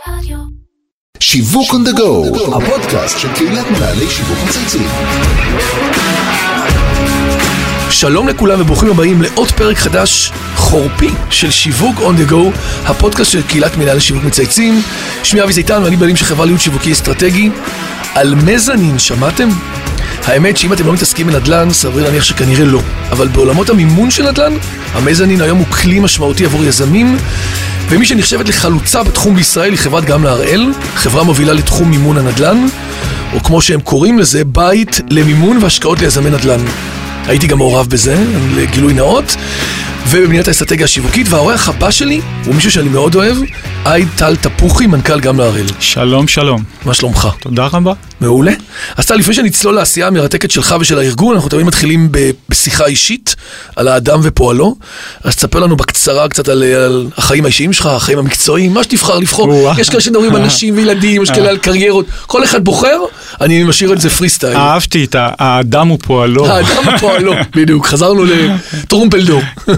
שיווק on the go, הפודקאסט של קהילת מנהלי שיווק מצייצים. שלום לכולם וברוכים הבאים לעוד פרק חדש חורפי של שיווק on the go, הפודקאסט של קהילת מנהלי שיווק מצייצים. שמי אבי זיתן ואני בעלים של חברה לייעוץ שיווקי אסטרטגי. על מזנין שמעתם? האמת שאם אתם לא מתעסקים בנדל"ן, סביר להניח שכנראה לא. אבל בעולמות המימון של נדל"ן, המזנין היום הוא כלי משמעותי עבור יזמים, ומי שנחשבת לחלוצה בתחום בישראל היא חברת גם להראל, חברה מובילה לתחום מימון הנדל"ן, או כמו שהם קוראים לזה, בית למימון והשקעות ליזמי נדל"ן. הייתי גם מעורב בזה, לגילוי נאות, ובבניית האסטרטגיה השיווקית, והאורח הבא שלי הוא מישהו שאני מאוד אוהב, עיד טל תפוחי, מנכ"ל גם להראל. שלום, שלום. מה שלומך? תודה רבה. מעולה. אז טל, לפני שנצלול לעשייה המרתקת שלך ושל הארגון, אנחנו תמיד מתחילים בשיחה אישית על האדם ופועלו, אז תספר לנו בקצרה קצת על החיים האישיים שלך, החיים המקצועיים, מה שתבחר לבחור. יש כאלה שדברים על נשים וילדים, יש כאלה על קריירות, כל אחד בוחר, אני משאיר את זה פרי סטייל. אהבתי את האדם ופועלו. האדם ופועלו, בדיוק, חזרנו לטרומפלדור.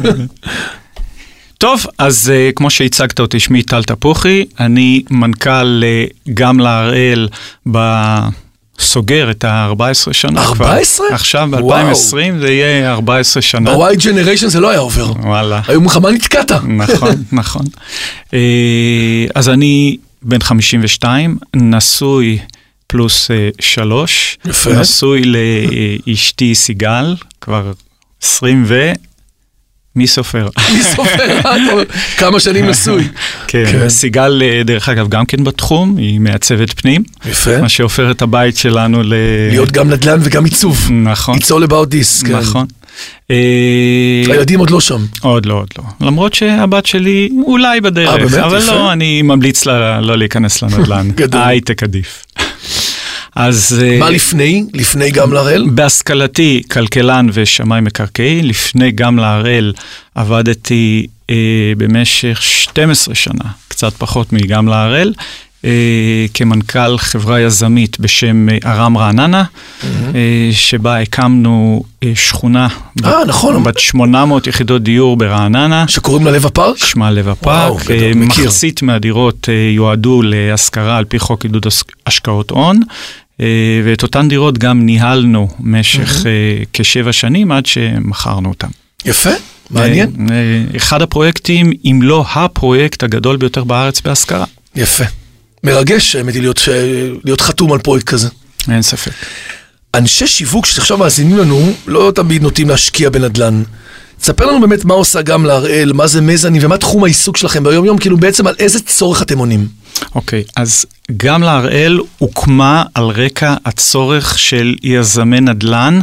טוב, אז כמו שהצגת אותי, שמי טל תפוחי, אני מנכ"ל גם להראל בסוגר את ה-14 שנה. 14? עכשיו, ב-2020 זה יהיה 14 שנה. ב-Y Generation זה לא היה עובר. וואלה. היום מחמה נתקעת. נכון, נכון. אז אני בן 52, נשוי פלוס 3. יפה. נשוי לאשתי סיגל, כבר 20 מי סופר? מי סופר? כמה שנים נשוי. כן, סיגל דרך אגב גם כן בתחום, היא מעצבת פנים. יפה. מה שהופר את הבית שלנו להיות גם נדל"ן וגם עיצוב. נכון. It's all about this. נכון. הילדים עוד לא שם. עוד לא. למרות שהבת שלי אולי בדרך, אבל לא, אני ממליץ לה לא להיכנס לנדל"ן. גדול. הייטק עדיף. אז מה לפני גם להראל? בהשכלתי כלכלן ושמאי מקרקעי, לפני גם להראל עבדתי במשך 12 שנה, קצת פחות מגם להראל, כמנכ"ל חברה יזמית בשם ארם רעננה, שבה הקמנו שכונה בת 800 יחידות דיור ברעננה. שקוראים לה לב הפארק? שמה לב הפארק. מחצית מהדירות יועדו להשכרה על פי חוק עידוד השקעות הון, ואת אותן דירות גם ניהלנו משך כ7 שנים עד שמכרנו אותם. יפה, מעניין. אחד הפרויקטים, אם לא הפרויקט הגדול ביותר בארץ בהשכרה. יפה. מרגש, האמת היא להיות חתום על פרויקט כזה. אין ספק. אנשי שיווק שעכשיו מאזינים לנו, לא תמיד נוטים להשקיע בנדל"ן. תספר לנו באמת מה עושה גם להראל, מה זה מזנין ומה תחום העיסוק שלכם ביום יום, כאילו בעצם על איזה צורך אתם עונים. אוקיי, אז גם להראל הוקמה על רקע הצורך של יזמי נדל"ן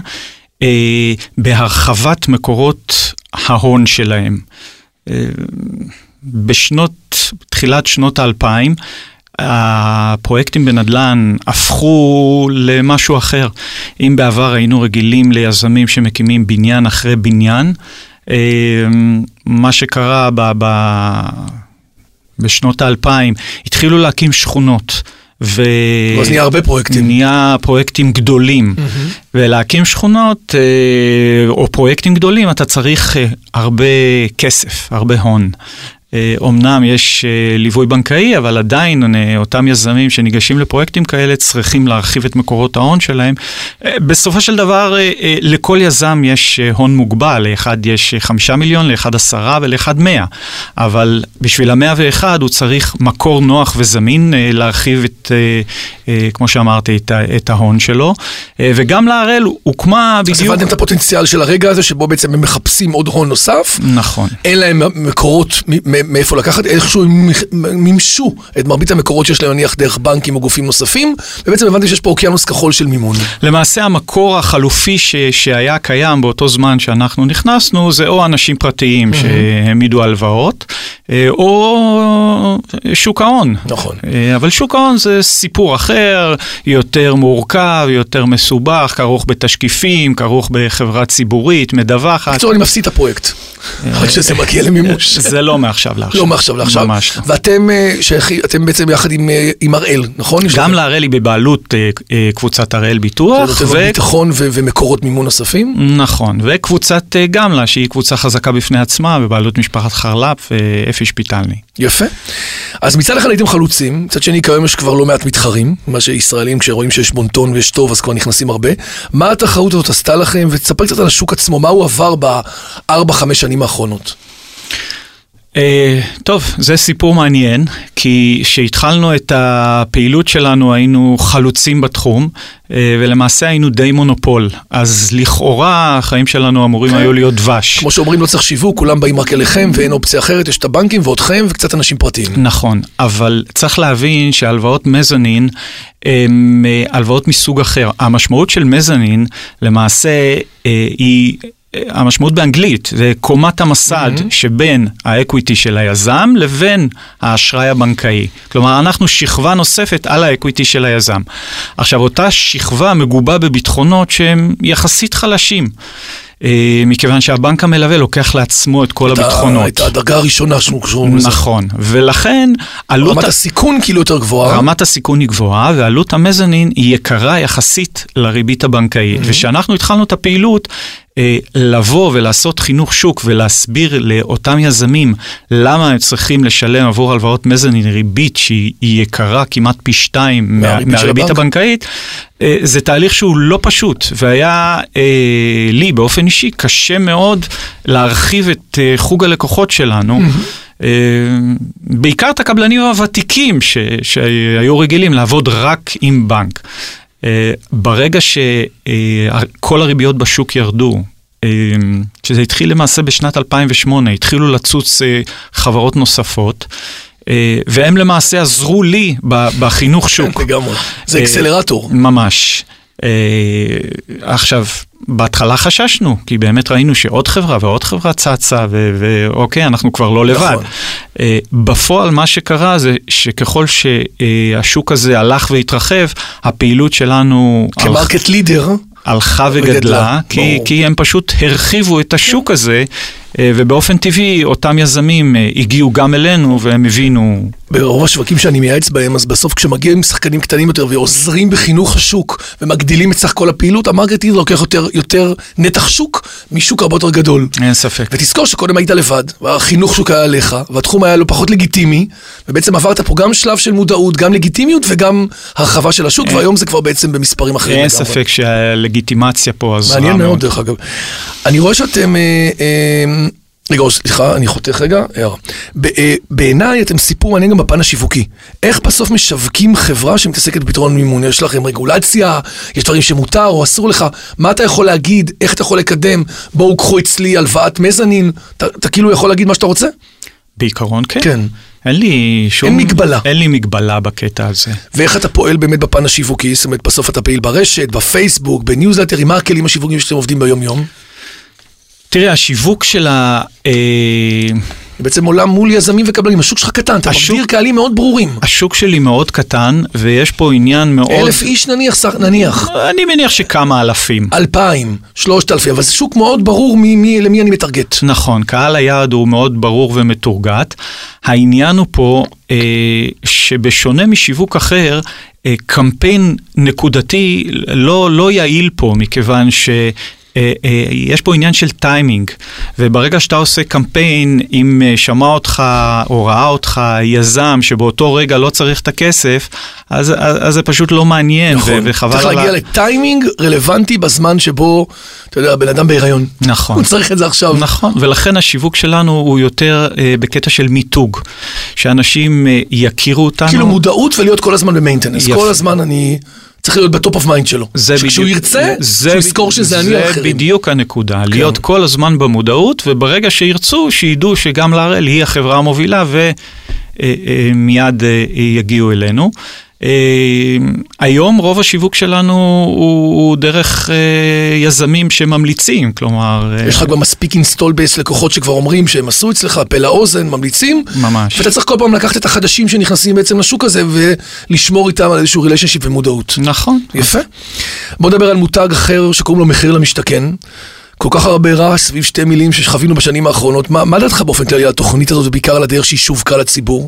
בהרחבת מקורות ההון שלהם. תחילת שנות ה-2000, הפרויקטים בנדל"ן הפכו למשהו אחר. אם בעבר היינו רגילים ליזמים שמקימים בניין אחרי בניין, מה שקרה בשנות ה-2000, התחילו להקים שכונות. אז נהיה הרבה פרויקטים. נהיה פרויקטים גדולים. ולהקים שכונות או פרויקטים גדולים, אתה צריך הרבה כסף, הרבה הון. אמנם יש ליווי בנקאי, אבל עדיין אותם יזמים שניגשים לפרויקטים כאלה צריכים להרחיב את מקורות ההון שלהם. בסופו של דבר, לכל יזם יש הון מוגבל, לאחד יש 5 מיליון, לאחד 10 ולאחד 100. אבל בשביל ה-101 הוא צריך מקור נוח וזמין להרחיב כמו שאמרתי, את ההון שלו. וגם להראל הוקמה בדיוק... אז הבנתם את הפוטנציאל של הרגע הזה, שבו בעצם הם מחפשים עוד הון נוסף. נכון. אין להם מקורות מאיפה לקחת, איכשהו מימשו את מרבית המקורות שיש להם נניח דרך בנקים או גופים נוספים, ובעצם הבנתי שיש פה אוקיינוס כחול של מימון. למעשה המקור החלופי שהיה קיים באותו זמן שאנחנו נכנסנו, זה או אנשים פרטיים שהעמידו הלוואות, או שוק ההון. נכון. אבל שוק ההון זה סיפור אחר, יותר מורכב, יותר מסובך, כרוך בתשקיפים, כרוך בחברה ציבורית, מדווחת. בקיצור, אני מפסיד את הפרויקט. רק שזה מגיע למימוש. זה לא מעכשיו לעכשיו. לא מעכשיו לעכשיו. ממש לא. ואתם בעצם יחד עם הראל, נכון? גם להראל היא בבעלות קבוצת הראל ביטוח. ביטחון ומקורות מימון נוספים? נכון. וקבוצת גם לה, שהיא קבוצה חזקה בפני עצמה, בבעלות משפחת חרל"פ ואפי יופי שפיטלני. יפה. אז מצד אחד הייתם חלוצים, מצד שני כיום יש כבר לא מעט מתחרים, מה שישראלים כשרואים שיש בונטון ויש טוב אז כבר נכנסים הרבה. מה התחרות הזאת עשתה לכם? ותספר קצת על השוק עצמו, מה הוא עבר ב4-5 שנים האחרונות? טוב, זה סיפור מעניין, כי כשהתחלנו את הפעילות שלנו היינו חלוצים בתחום, ולמעשה היינו די מונופול, אז לכאורה החיים שלנו אמורים היו להיות דבש. כמו שאומרים לא צריך שיווק, כולם באים רק אליכם ואין אופציה אחרת, יש את הבנקים ואותכם וקצת אנשים פרטיים. נכון, אבל צריך להבין שהלוואות מזנין הן הלוואות מסוג אחר. המשמעות של מזנין למעשה היא... המשמעות באנגלית זה קומת המסד שבין האקוויטי של היזם לבין האשראי הבנקאי. כלומר, אנחנו שכבה נוספת על האקוויטי של היזם. עכשיו, אותה שכבה מגובה בביטחונות שהם יחסית חלשים. מכיוון שהבנק המלווה לוקח לעצמו את כל הביטחונות. את הדרגה הראשונה שהוא קשור לזה. נכון, ולכן רמת הסיכון כאילו יותר גבוהה. רמת הסיכון היא גבוהה, ועלות המזנין היא יקרה יחסית לריבית הבנקאית. ושאנחנו התחלנו את הפעילות, לבוא ולעשות חינוך שוק ולהסביר לאותם יזמים למה הם צריכים לשלם עבור הלוואות מזנין ריבית שהיא יקרה כמעט פי 2 מהריבית הבנקאית, זה תהליך שהוא לא פשוט, והיה לי באופן אישי קשה מאוד להרחיב את חוג הלקוחות שלנו, בעיקר את הקבלנים הוותיקים שהיו רגילים לעבוד רק עם בנק. ברגע שכל הריביות בשוק ירדו, שזה התחיל למעשה בשנת 2008, התחילו לצוץ חברות נוספות, והם למעשה עזרו לי בחינוך שוק. לגמרי, זה אקסלרטור. ממש. עכשיו, בהתחלה חששנו, כי באמת ראינו שעוד חברה ועוד חברה צצה, ואוקיי, אנחנו כבר לא לבד. בפועל מה שקרה זה שככל שהשוק הזה הלך והתרחב, הפעילות שלנו... כמרקט לידר. הלכה וגדלה, כי הם פשוט הרחיבו את השוק הזה, ובאופן טבעי אותם יזמים הגיעו גם אלינו והם הבינו... ברוב השווקים שאני מייעץ בהם, אז בסוף כשמגיעים שחקנים קטנים יותר ועוזרים בחינוך השוק ומגדילים את סך כל הפעילות, המרקט לידר לוקח יותר נתח שוק משוק הרבה יותר גדול. אין ספק. ותזכור שקודם היית לבד, והחינוך שוק היה עליך, והתחום היה לו פחות לגיטימי, ובעצם עברת פה גם שלב של מודעות, גם לגיטימיות וגם הרחבה של השוק, והיום זה כבר בעצם במספרים אחרים. אין ספק שהלגיטימציה פה עזרה. מעניין מאוד דרך אגב. אני רואה שאתם... רגע, סליחה, אני חותך רגע. בעיניי אתם סיפור מעניין גם בפן השיווקי. איך בסוף משווקים חברה שמתעסקת בפתרון מימון? יש לכם רגולציה, יש דברים שמותר או אסור לך. מה אתה יכול להגיד? איך אתה יכול לקדם? בואו קחו אצלי הלוואת מזנין. אתה כאילו יכול להגיד מה שאתה רוצה? בעיקרון כן. כן. אין לי שום... אין מגבלה. אין לי מגבלה בקטע הזה. ואיך אתה פועל באמת בפן השיווקי? זאת אומרת, בסוף אתה פעיל ברשת, בפייסבוק, בניוזלטרים, מה הכלים השיווקיים שאתם עובדים ביום-יום? תראה, השיווק של בעצם עולם מול יזמים וקבלנים, השוק שלך קטן, אתה מגדיר קהלים מאוד ברורים. השוק שלי מאוד קטן, ויש פה עניין מאוד... 1,000 איש נניח. אני מניח שכמה אלפים. 2,000, 3,000, אבל זה שוק מאוד ברור למי אני מטרגט. נכון, קהל היעד הוא מאוד ברור ומתורגת. העניין הוא פה שבשונה משיווק אחר, קמפיין נקודתי לא יעיל פה, מכיוון יש פה עניין של טיימינג, וברגע שאתה עושה קמפיין, אם שמע אותך או ראה אותך יזם שבאותו רגע לא צריך את הכסף, אז זה פשוט לא מעניין. נכון, צריך להגיע לטיימינג רלוונטי בזמן שבו, אתה יודע, בן אדם בהיריון. נכון. הוא צריך את זה עכשיו. נכון, ולכן השיווק שלנו הוא יותר בקטע של מיתוג, שאנשים יכירו אותנו. כאילו מודעות ולהיות כל הזמן במיינטנס, כל הזמן אני... צריך להיות בטופ אוף מיינד שלו. כשהוא ירצה, שהוא יזכור שזה אני או אחרים. זה בדיוק הנקודה, להיות כל הזמן במודעות, וברגע שירצו, שידעו שגם להראל היא החברה המובילה, ומיד יגיעו אלינו. היום רוב השיווק שלנו הוא דרך יזמים שממליצים, כלומר... יש לך כבר מספיק אינסטול בייס לקוחות שכבר אומרים שהם עשו אצלך, פה לאוזן, ממליצים. ממש. ואתה צריך כל פעם לקחת את החדשים שנכנסים בעצם לשוק הזה, ולשמור איתם על איזשהו ריליישנשיפ ומודעות. נכון. יפה. בוא נדבר על מותג אחר שקוראים לו מחיר למשתכן. כל כך הרבה רע סביב שתי מילים שחווינו בשנים האחרונות. מה דעתך באופן כללי על התוכנית הזאת, ובעיקר על הדרך שהיא שווקה לציבור?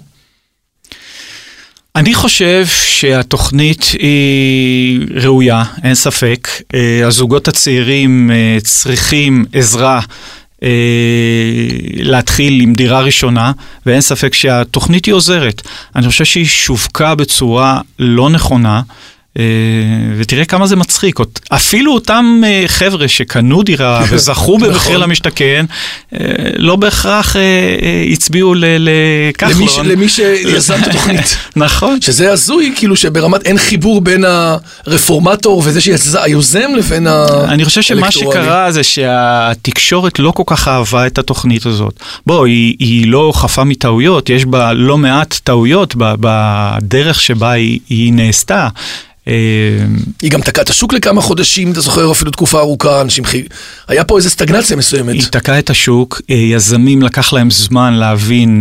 אני חושב שהתוכנית היא ראויה, אין ספק. הזוגות הצעירים צריכים עזרה להתחיל עם דירה ראשונה, ואין ספק שהתוכנית היא עוזרת. אני חושב שהיא שווקה בצורה לא נכונה, ותראה כמה זה מצחיק. אפילו אותם חבר'ה שקנו דירה וזכו במחיר למשתכן, לא בהכרח הצביעו לכחלון. למי שיזם את התוכנית. נכון. שזה הזוי, כאילו שברמת אין חיבור בין הרפורמטור וזה היוזם לבין האלקטורלי. אני חושב שמה שקרה זה שהתקשורת לא כל כך אהבה את התוכנית הזאת. בוא, היא לא חפה מטעויות, יש בה לא מעט טעויות בדרך שבה היא נעשתה. היא גם תקעה את השוק לכמה חודשים, אתה זוכר אפילו תקופה ארוכה, היה פה איזו סטגנציה מסוימת. היא תקעה את השוק, יזמים לקח להם זמן להבין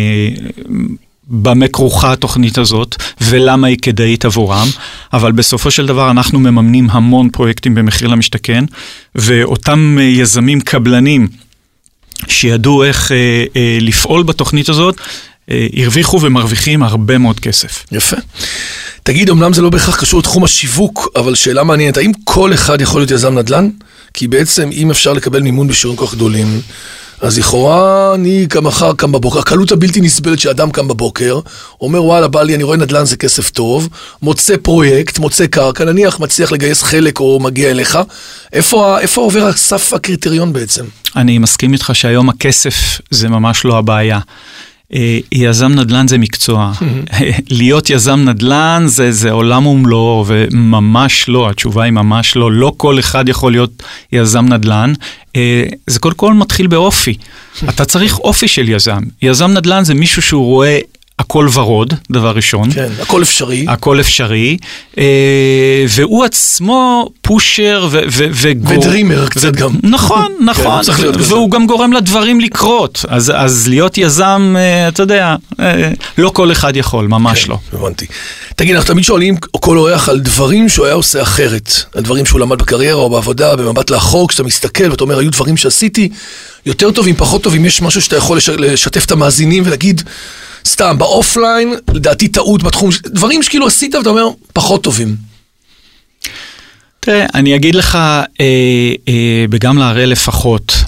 במה כרוכה התוכנית הזאת, ולמה היא כדאית עבורם, אבל בסופו של דבר אנחנו מממנים המון פרויקטים במחיר למשתכן, ואותם יזמים קבלנים שידעו איך לפעול בתוכנית הזאת, הרוויחו ומרוויחים הרבה מאוד כסף. יפה. תגיד, אמנם זה לא בהכרח קשור לתחום השיווק, אבל שאלה מעניינת, האם כל אחד יכול להיות יזם נדל"ן? כי בעצם אם אפשר לקבל מימון בשיעורים כל כך גדולים, אז לכאורה אני מחר קם בבוקר, הקלות הבלתי נסבלת שאדם קם בבוקר, אומר וואלה בא לי, אני רואה נדל"ן זה כסף טוב, מוצא פרויקט, מוצא קרקע, נניח מצליח לגייס חלק או מגיע אליך, איפה עובר הסף הקריטריון בעצם? אני מסכים איתך שהיום הכסף זה ממש לא הבעיה. יזם נדל"ן זה מקצוע. להיות יזם נדל"ן זה עולם ומלואו, וממש לא, התשובה היא ממש לא. לא כל אחד יכול להיות יזם נדל"ן. זה קודם כל מתחיל באופי. אתה צריך אופי של יזם. יזם נדל"ן זה מישהו שהוא רואה הכל ורוד, דבר ראשון. כן, הכל אפשרי. הכל אפשרי. והוא עצמו פושר ודרימר קצת גם. נכון, נכון. והוא גם גורם לדברים לקרות. אז להיות יזם, אתה יודע, לא כל אחד יכול, ממש לא. הבנתי. תגיד, אנחנו תמיד שואלים כל אורח על דברים שהוא היה עושה אחרת. על דברים שהוא למד בקריירה או בעבודה, במבט לאחור, כשאתה מסתכל ואתה אומר, היו דברים שעשיתי יותר טובים, פחות טובים, יש משהו שאתה יכול לשתף את המאזינים ולהגיד, סתם, באופליין, לדעתי טעות בתחום, דברים שכאילו עשית ואתה אומר, פחות טובים. תראה, אני אגיד לך, בגם להראה לפחות,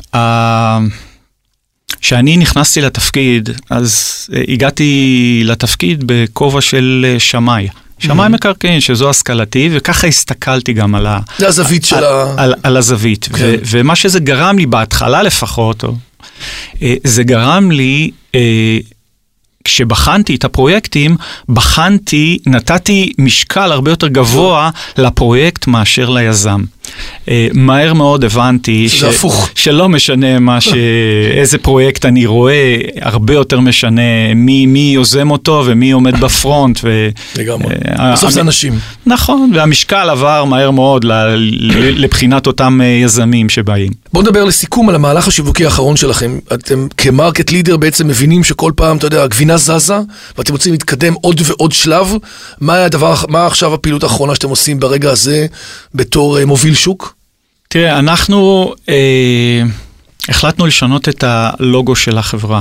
כשאני נכנסתי לתפקיד, אז הגעתי לתפקיד בכובע של שמאי. שמאי מקרקעין, שזו השכלתי, וככה הסתכלתי גם על זה הזווית של על הזווית. ומה שזה גרם לי, בהתחלה לפחות, זה גרם לי, כשבחנתי את הפרויקטים, נתתי משקל הרבה יותר גבוה לפרויקט מאשר ליזם. מהר מאוד הבנתי שלא משנה איזה פרויקט אני רואה, הרבה יותר משנה מי יוזם אותו ומי עומד בפרונט. לגמרי. בסוף זה אנשים. נכון, והמשקל עבר מהר מאוד לבחינת אותם יזמים שבאים. בואו נדבר לסיכום על המהלך השיווקי האחרון שלכם. אתם כמרקט לידר בעצם מבינים שכל פעם, אתה יודע, הגבינה זזה, ואתם רוצים להתקדם עוד ועוד שלב. מה עכשיו הפעילות האחרונה שאתם עושים ברגע הזה בתור מוביל שוק? תראה, אנחנו החלטנו לשנות את הלוגו של החברה,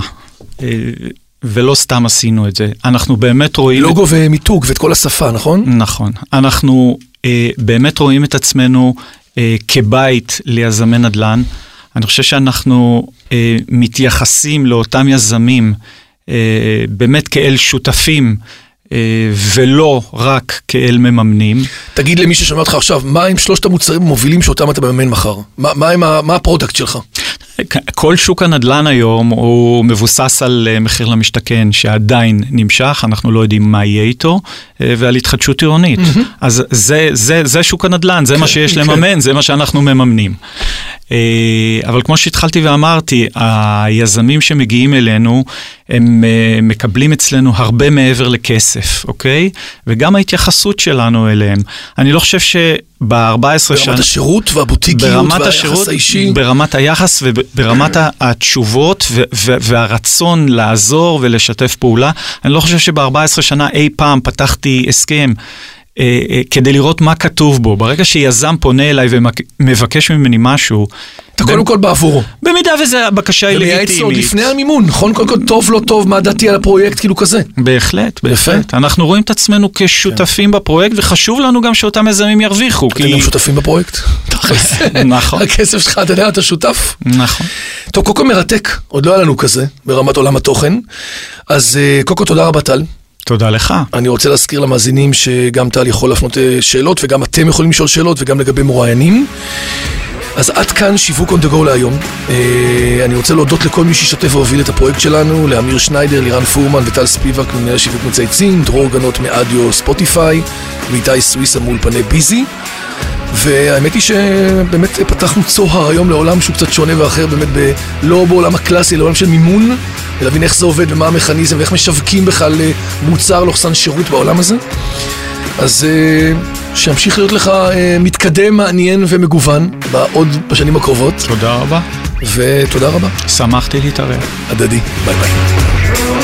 ולא סתם עשינו את זה. אנחנו באמת רואים... לוגו ומיתוג ואת כל השפה, נכון? נכון. אנחנו באמת רואים את עצמנו כבית ליזמי נדל"ן. אני חושב שאנחנו מתייחסים לאותם יזמים באמת כאל שותפים, ולא רק כאל מממנים. תגיד למי ששומע אותך עכשיו, מה עם שלושת המוצרים המובילים שאותם אתה מממן מחר? מה הפרודקט שלך? כל שוק הנדל"ן היום הוא מבוסס על מחיר למשתכן שעדיין נמשך, אנחנו לא יודעים מה יהיה איתו, ועל התחדשות עירונית. אז זה שוק הנדל"ן, זה מה שיש לממן, זה מה שאנחנו מממנים. אבל כמו שהתחלתי ואמרתי, היזמים שמגיעים אלינו, הם מקבלים אצלנו הרבה מעבר לכסף, אוקיי? וגם ההתייחסות שלנו אליהם. אני לא חושב שב-14 שנה... ברמת השירות והבוטיקיות והיחס האישי. ברמת היחס וברמת התשובות והרצון לעזור ולשתף פעולה. אני לא חושב שב-14 שנה אי פעם פתחתי הסכם כדי לראות מה כתוב בו. ברגע שיזם פונה אליי ומבקש ממני משהו, אתה קודם כל בעבורו. במידה וזה הבקשה היא לגיטימית. ומייעץ עוד לפני המימון, נכון? קודם כל טוב, לא טוב, מה דעתי על הפרויקט, כאילו כזה. בהחלט, בהחלט. אנחנו רואים את עצמנו כשותפים בפרויקט, וחשוב לנו גם שאותם יזמים ירוויחו. אתם גם שותפים בפרויקט? נכון. הכסף שלך, אתה יודע, אתה שותף? נכון. טוב, קוקו מרתק, עוד לא היה לנו כזה, ברמת עולם התוכן. אז קוקו, תודה רבה טל. תודה לך. אני רוצה להזכיר למאזינים שגם טל יכול להפנות שאלות, וגם אתם יכולים לשאול שאלות, וגם לגבי מרואיינים. אז עד כאן שיווק on the go להיום. אני רוצה להודות לכל מי שישתף והוביל את הפרויקט שלנו, לאמיר שניידר, לירן פורמן וטל ספיבק ממנהל שיווק מצייצים, דרור גנות מאדיו ספוטיפיי, ואיתי סוויסה מאולפני ביזי. והאמת היא שבאמת פתחנו צוהר היום לעולם שהוא קצת שונה ואחר, באמת לא בעולם הקלאסי, לעולם של מימון, ולהבין איך זה עובד ומה המכניזם ואיך משווקים בכלל מוצר לוחסן שירות בעולם הזה. אז שימשיך להיות לך מתקדם, מעניין ומגוון עוד בשנים הקרובות. תודה רבה. ותודה רבה. שמחתי להתארח. הדדי. ביי ביי.